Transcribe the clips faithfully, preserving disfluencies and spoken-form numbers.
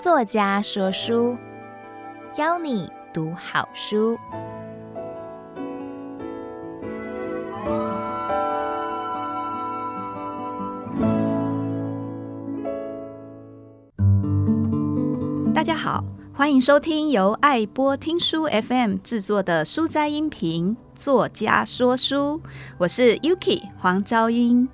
作家说书，邀你读好书。 大家好，欢迎收听由爱播听书 F M 制作的书斋音频作家说书，我是 Yuki 黄昭英。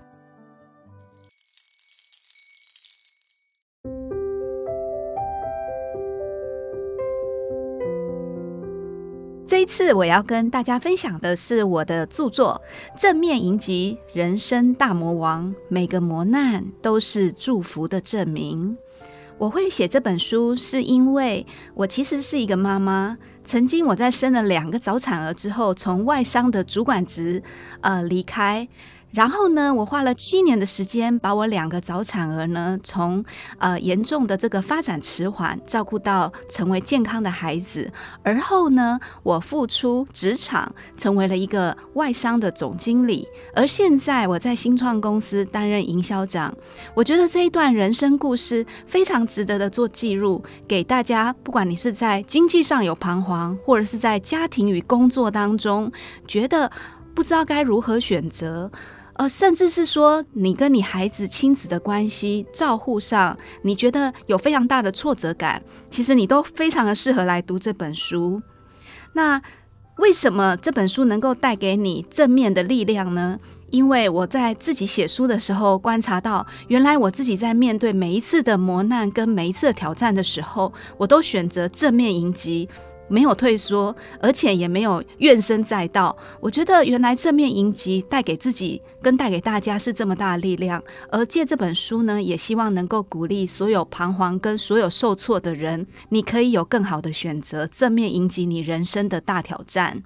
这一次我要跟大家分享的是我的著作《正面迎击人生大魔王》，每个磨难都是祝福的证明。我会写这本书是因为我其实是一个妈妈，曾经我在生了两个早产儿之后，从外商的主管职呃离开。然后呢，我花了七年的时间，把我两个早产儿呢，从呃严重的这个发展迟缓，照顾到成为健康的孩子。而后呢，我复出职场，成为了一个外商的总经理。而现在我在新创公司担任营销长。我觉得这一段人生故事非常值得的做记录，给大家，不管你是在经济上有彷徨，或者是在家庭与工作当中觉得不知道该如何选择。呃，甚至是说你跟你孩子亲子的关系照护上，你觉得有非常大的挫折感，其实你都非常的适合来读这本书。那为什么这本书能够带给你正面的力量呢？因为我在自己写书的时候观察到，原来我自己在面对每一次的磨难跟每一次的挑战的时候，我都选择正面迎击，没有退缩，而且也没有怨声载道。我觉得原来正面迎击带给自己跟带给大家是这么大的力量，而借这本书呢，也希望能够鼓励所有彷徨跟所有受挫的人，你可以有更好的选择，正面迎击你人生的大挑战。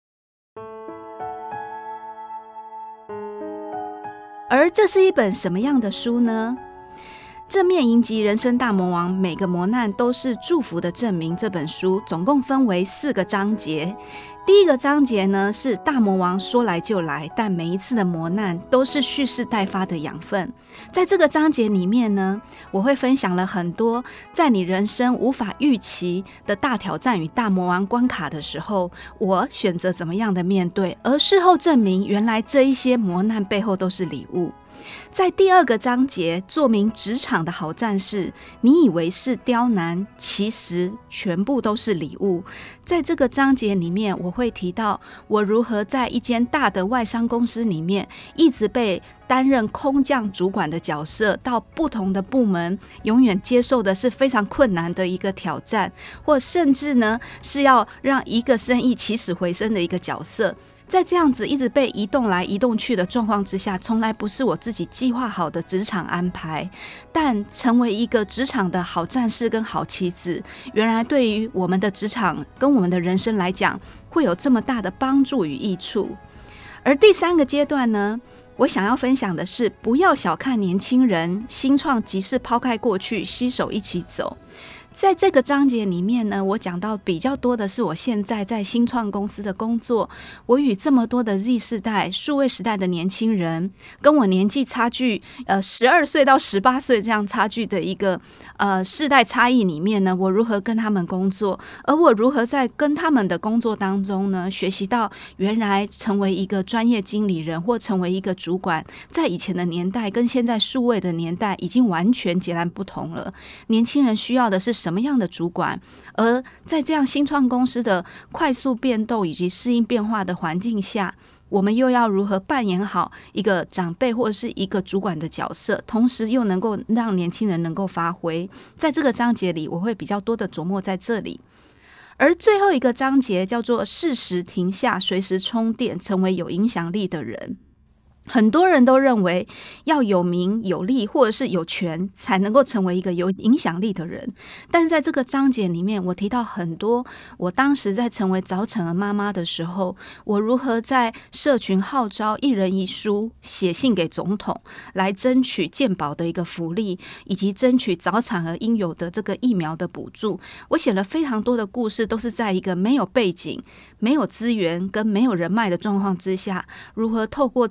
而这是一本什么样的书呢？正面迎击人生大魔王，每个磨难都是祝福的证明。这本书总共分为四个章节。第一个章节呢是大魔王说来就来，但每一次的磨难都是蓄势待发的养分。在这个章节里面呢，我会分享了很多在你人生无法预期的大挑战与大魔王关卡的时候，我选择怎么样的面对，而事后证明原来这一些磨难背后都是礼物。在第二个章节，做名职场的好战士，你以为是刁难，其实全部都是礼物。在这个章节里面，我会提到我如何在一间大的外商公司里面，一直被担任空降主管的角色，到不同的部门，永远接受的是非常困难的一个挑战，或甚至呢是要让一个生意起死回生的一个角色。在这样子一直被移动来移动去的状况之下，从来不是我自己计划好的职场安排，但成为一个职场的好战士跟好棋子，原来对于我们的职场跟我们的人生来讲，会有这么大的帮助与益处。而第三个阶段呢，我想要分享的是，不要小看年轻人，新创即是抛开过去，携手一起走。在这个章节里面呢，我讲到比较多的是我现在在新创公司的工作，我与这么多的 Z 世代数位时代的年轻人，跟我年纪差距呃十二岁到十八岁这样差距的一个呃世代差异里面呢，我如何跟他们工作，而我如何在跟他们的工作当中呢，学习到原来成为一个专业经理人或成为一个主管，在以前的年代跟现在数位的年代已经完全截然不同了。年轻人需要的是什么样的主管？而在这样新创公司的快速变动以及适应变化的环境下，我们又要如何扮演好一个长辈或者是一个主管的角色，同时又能够让年轻人能够发挥？在这个章节里，我会比较多的琢磨在这里。而最后一个章节叫做适时停下，随时充电，成为有影响力的人。很多人都认为要有名有利或者是有权才能够成为一个有影响力的人，但是在这个章节里面，我提到很多我当时在成为早产儿妈妈的时候，我如何在社群号召一人一书，写信给总统来争取健保的一个福利，以及争取早产儿应有的这个疫苗的补助。我写了非常多的故事，都是在一个没有背景、没有资源跟没有人脉的状况之下，如何透过自己的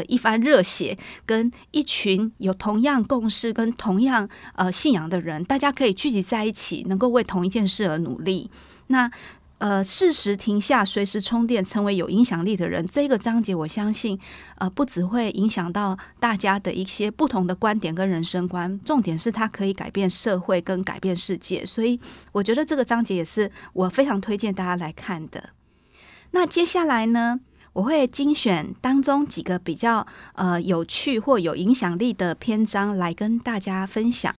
的一番热血，跟一群有同样共识跟同样呃信仰的人，大家可以聚集在一起，能够为同一件事而努力。那呃，适时停下，随时充电，成为有影响力的人。这个章节我相信，呃，不只会影响到大家的一些不同的观点跟人生观，重点是它可以改变社会跟改变世界。所以我觉得这个章节也是我非常推荐大家来看的。那接下来呢，我会精选当中几个比较呃有趣或有影响力的篇章来跟大家分享。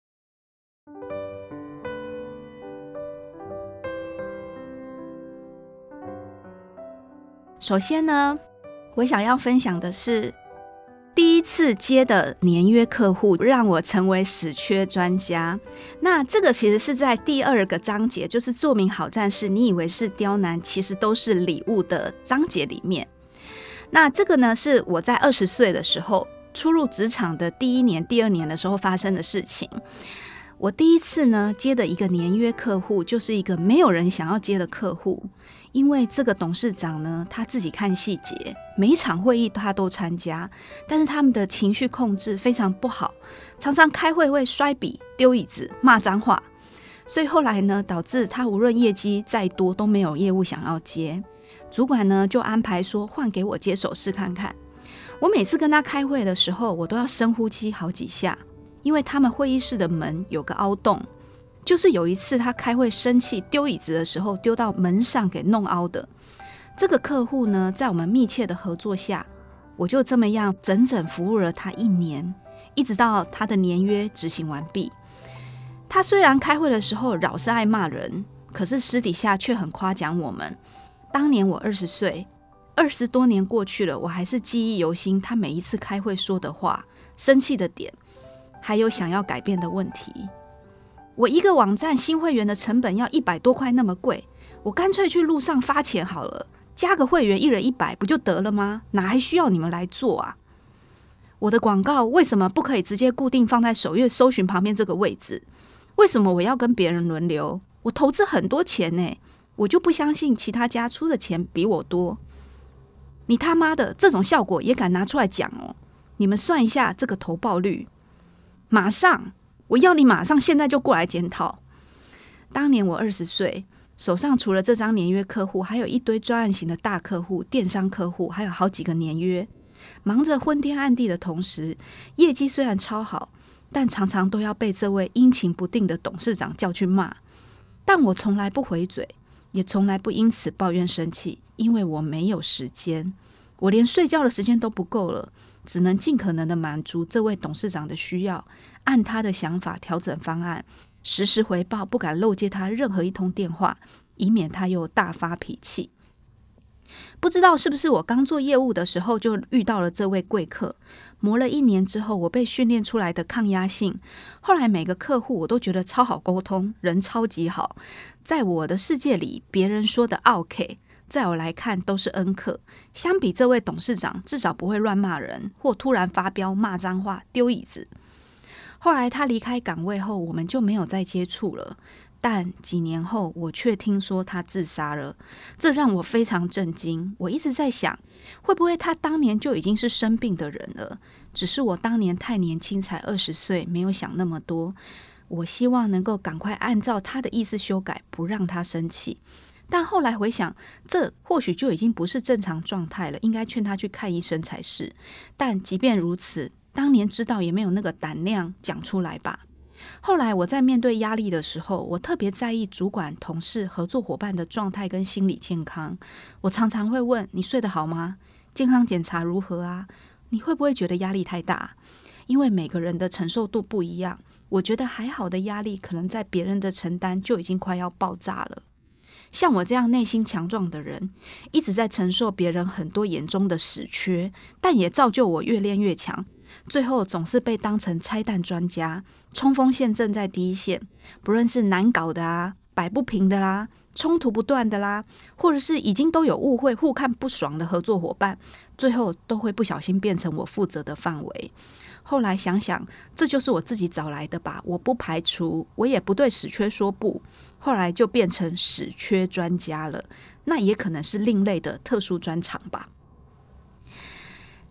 首先呢，我想要分享的是第一次接的年约客户让我成为史缺专家。那这个其实是在第二个章节，就是做名好战士，你以为是刁难，其实都是礼物的章节里面。那这个呢，是我在二十岁的时候初入职场的第一年、第二年的时候发生的事情。我第一次呢接的一个年约客户，就是一个没有人想要接的客户，因为这个董事长呢他自己看细节，每一场会议他都参加，但是他们的情绪控制非常不好，常常开会会摔笔、丢椅子、骂脏话，所以后来呢导致他无论业绩再多都没有业务想要接。主管呢就安排说换给我接手试看看。我每次跟他开会的时候，我都要深呼吸好几下，因为他们会议室的门有个凹洞，就是有一次他开会生气丢椅子的时候丢到门上给弄凹的。这个客户呢，在我们密切的合作下，我就这么样整整服务了他一年，一直到他的年约执行完毕。他虽然开会的时候老是爱骂人，可是私底下却很夸奖我们。当年我二十岁，二十多年过去了，我还是记忆犹新他每一次开会说的话、生气的点，还有想要改变的问题。我一个网站新会员的成本要一百多块那么贵，我干脆去路上发钱好了，加个会员一人一百不就得了吗？哪还需要你们来做啊？我的广告为什么不可以直接固定放在首页搜寻旁边这个位置？为什么我要跟别人轮流？我投资很多钱呢，我就不相信其他家出的钱比我多。你他妈的这种效果也敢拿出来讲哦？你们算一下这个投报率，马上，我要你马上现在就过来检讨。当年我二十岁，手上除了这张年约客户，还有一堆专案型的大客户、电商客户，还有好几个年约。忙着昏天暗地的同时，业绩虽然超好，但常常都要被这位阴晴不定的董事长叫去骂。但我从来不回嘴，也从来不因此抱怨生气，因为我没有时间，我连睡觉的时间都不够了，只能尽可能的满足这位董事长的需要，按他的想法调整方案，实时回报，不敢漏接他任何一通电话，以免他又大发脾气。不知道是不是我刚做业务的时候就遇到了这位贵客，磨了一年之后，我被训练出来的抗压性，后来每个客户我都觉得超好沟通，人超级好。在我的世界里，别人说的 OK， 在我来看都是恩客。相比这位董事长，至少不会乱骂人，或突然发飙骂脏话、丢椅子。后来他离开岗位后，我们就没有再接触了。但几年后，我却听说他自杀了，这让我非常震惊。我一直在想，会不会他当年就已经是生病的人了？只是我当年太年轻，才二十岁，没有想那么多。我希望能够赶快按照他的意思修改，不让他生气。但后来回想，这或许就已经不是正常状态了，应该劝他去看医生才是。但即便如此，当年知道也没有那个胆量讲出来吧。后来我在面对压力的时候，我特别在意主管、同事、合作伙伴的状态跟心理健康。我常常会问：你睡得好吗？健康检查如何啊？你会不会觉得压力太大？因为每个人的承受度不一样，我觉得还好的压力，可能在别人的承担就已经快要爆炸了。像我这样内心强壮的人，一直在承受别人很多眼中的死缺，但也造就我越练越强。最后总是被当成拆弹专家，冲锋陷阵在第一线，不论是难搞的啊、摆不平的啦、冲突不断的啦，或者是已经都有误会、互看不爽的合作伙伴，最后都会不小心变成我负责的范围。后来想想，这就是我自己找来的吧，我不排除，我也不对死缺说不。后来就变成死缺专家了，那也可能是另类的特殊专长吧。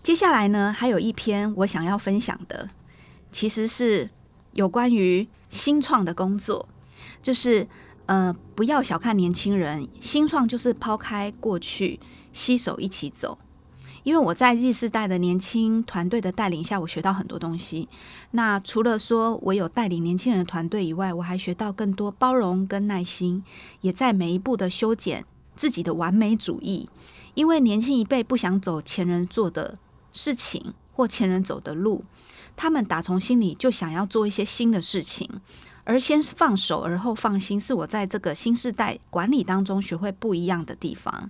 接下来呢，还有一篇我想要分享的，其实是有关于新创的工作，就是呃，不要小看年轻人，新创就是抛开过去，携手一起走。因为我在 Z 世代的年轻团队的带领下，我学到很多东西。那除了说我有带领年轻人的团队以外，我还学到更多包容跟耐心，也在每一步的修剪自己的完美主义。因为年轻一辈不想走前人做的事情或前人走的路，他们打从心里就想要做一些新的事情，而先放手而后放心，是我在这个新世代管理当中学会不一样的地方。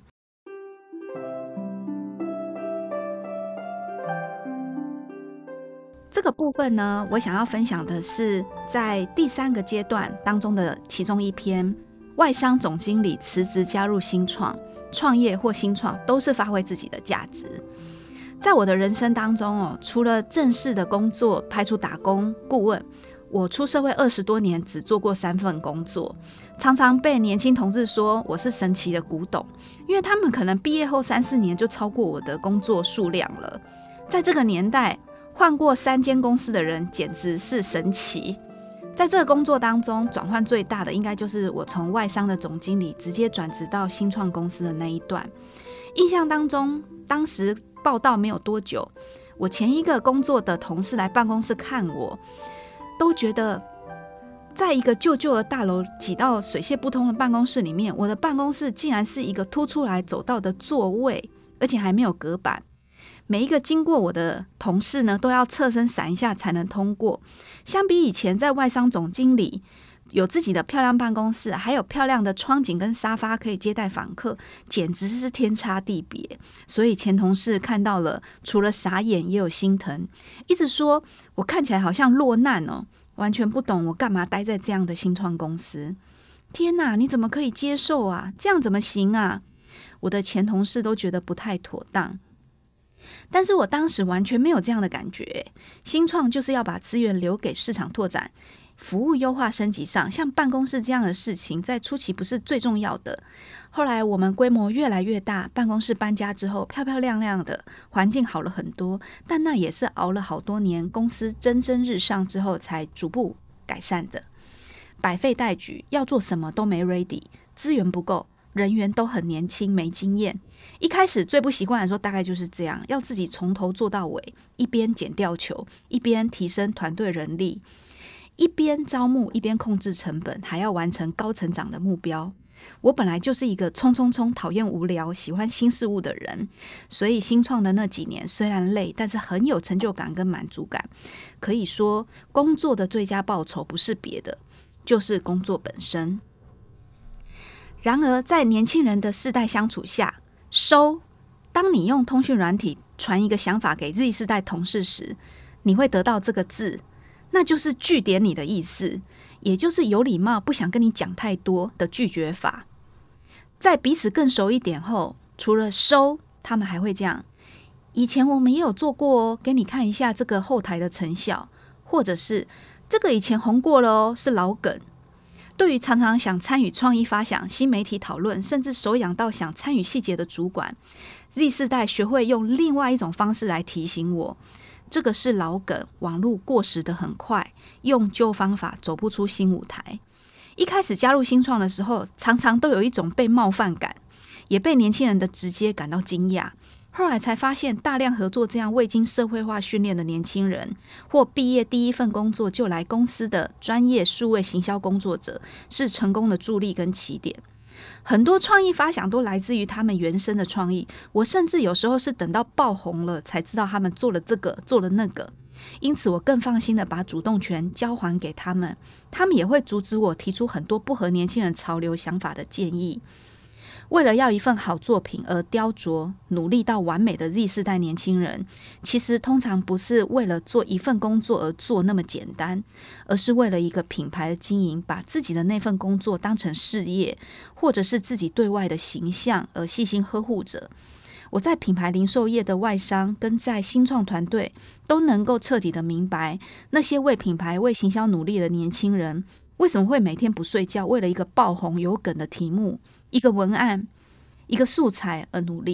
这个部分呢，我想要分享的是在第三个阶段当中的其中一篇，外商总经理辞职加入新创，创业或新创都是发挥自己的价值。在我的人生当中哦，除了正式的工作排除打工顾问，我出社会二十多年只做过三份工作，常常被年轻同志说我是神奇的古董，因为他们可能毕业后三四年就超过我的工作数量了。在这个年代换过三间公司的人简直是神奇。在这个工作当中，转换最大的应该就是我从外商的总经理直接转职到新创公司的那一段。印象当中，当时报道没有多久，我前一个工作的同事来办公室看我，都觉得在一个旧旧的大楼挤到水泄不通的办公室里面，我的办公室竟然是一个凸出来走道的座位，而且还没有隔板。每一个经过我的同事呢，都要侧身闪一下才能通过。相比以前在外商总经理有自己的漂亮办公室，还有漂亮的窗景跟沙发可以接待访客，简直是天差地别。所以前同事看到了，除了傻眼也有心疼，一直说我看起来好像落难哦，完全不懂我干嘛待在这样的新创公司。天哪，你怎么可以接受啊？这样怎么行啊？我的前同事都觉得不太妥当。但是我当时完全没有这样的感觉，新创就是要把资源留给市场拓展、服务优化升级上，像办公室这样的事情在初期不是最重要的。后来我们规模越来越大，办公室搬家之后漂漂亮亮的，环境好了很多，但那也是熬了好多年，公司蒸蒸日上之后才逐步改善的。百废待举，要做什么都没 ready， 资源不够，人员都很年轻没经验。一开始最不习惯的时候大概就是这样，要自己从头做到尾，一边捡吊球，一边提升团队人力，一边招募，一边控制成本，还要完成高成长的目标。我本来就是一个冲冲冲讨厌无聊喜欢新事物的人，所以新创的那几年虽然累，但是很有成就感跟满足感。可以说工作的最佳报酬不是别的，就是工作本身。然而在年轻人的世代相处下，收，当你用通讯软体传一个想法给 Z 世代同事时，你会得到这个字，那就是句点你的意思，也就是有礼貌不想跟你讲太多的拒绝法。在彼此更熟一点后，除了收，他们还会这样，以前我们也有做过哦，给你看一下这个后台的成效，或者是这个以前红过了哦，是老梗。对于常常想参与创意发想、新媒体讨论，甚至手痒到想参与细节的主管， Z 世代学会用另外一种方式来提醒我，这个是老梗，网络过时的很快，用旧方法走不出新舞台。一开始加入新创的时候，常常都有一种被冒犯感，也被年轻人的直接感到惊讶。后来才发现，大量合作这样未经社会化训练的年轻人，或毕业第一份工作就来公司的专业数位行销工作者，是成功的助力跟起点。很多创意发想都来自于他们原生的创意，我甚至有时候是等到爆红了才知道他们做了这个做了那个，因此我更放心的把主动权交还给他们，他们也会阻止我提出很多不合年轻人潮流想法的建议。为了要一份好作品而雕琢努力到完美的 Z 世代年轻人，其实通常不是为了做一份工作而做那么简单，而是为了一个品牌的经营，把自己的那份工作当成事业，或者是自己对外的形象而细心呵护着。我在品牌零售业的外商跟在新创团队都能够彻底的明白，那些为品牌为行销努力的年轻人为什么会每天不睡觉，为了一个爆红有梗的题目、一个文案、一个素材而努力。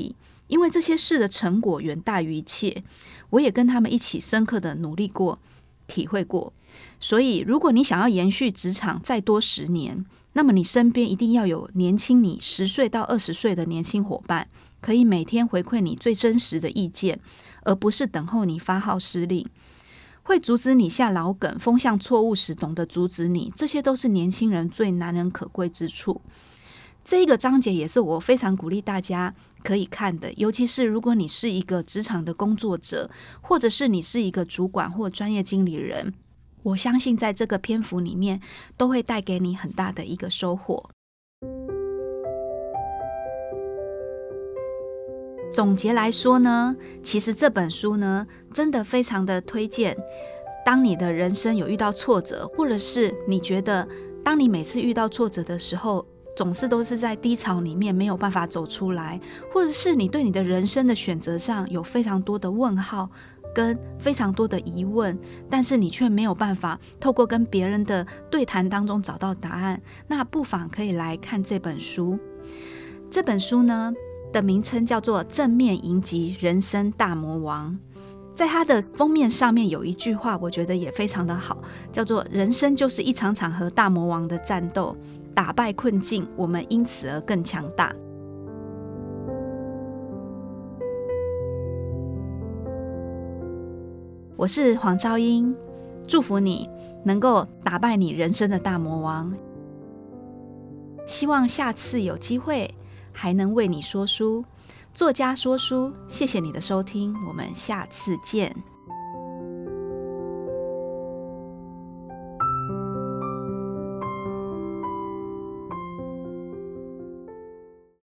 因为这些事的成果远大于一切，我也跟他们一起深刻的努力过，体会过。所以如果你想要延续职场再多十年，那么你身边一定要有年轻你十岁到二十岁的年轻伙伴，可以每天回馈你最真实的意见，而不是等候你发号施令，会阻止你下老梗，风向错误时懂得阻止你，这些都是年轻人最难能可贵之处。这一个章节也是我非常鼓励大家可以看的，尤其是如果你是一个职场的工作者，或者是你是一个主管或专业经理人，我相信在这个篇幅里面都会带给你很大的一个收获。总结来说呢，其实这本书呢真的非常的推荐，当你的人生有遇到挫折，或者是你觉得当你每次遇到挫折的时候总是都是在低潮里面没有办法走出来，或者是你对你的人生的选择上有非常多的问号跟非常多的疑问，但是你却没有办法透过跟别人的对谈当中找到答案，那不妨可以来看这本书。这本书呢的名称叫做《正面迎击人生大魔王》，在它的封面上面有一句话我觉得也非常的好，叫做人生就是一场场和大魔王的战斗，打败困境，我们因此而更强大。我是黄昭英，祝福你能够打败你人生的大魔王。希望下次有机会还能为你说书，作家说书。谢谢你的收听，我们下次见。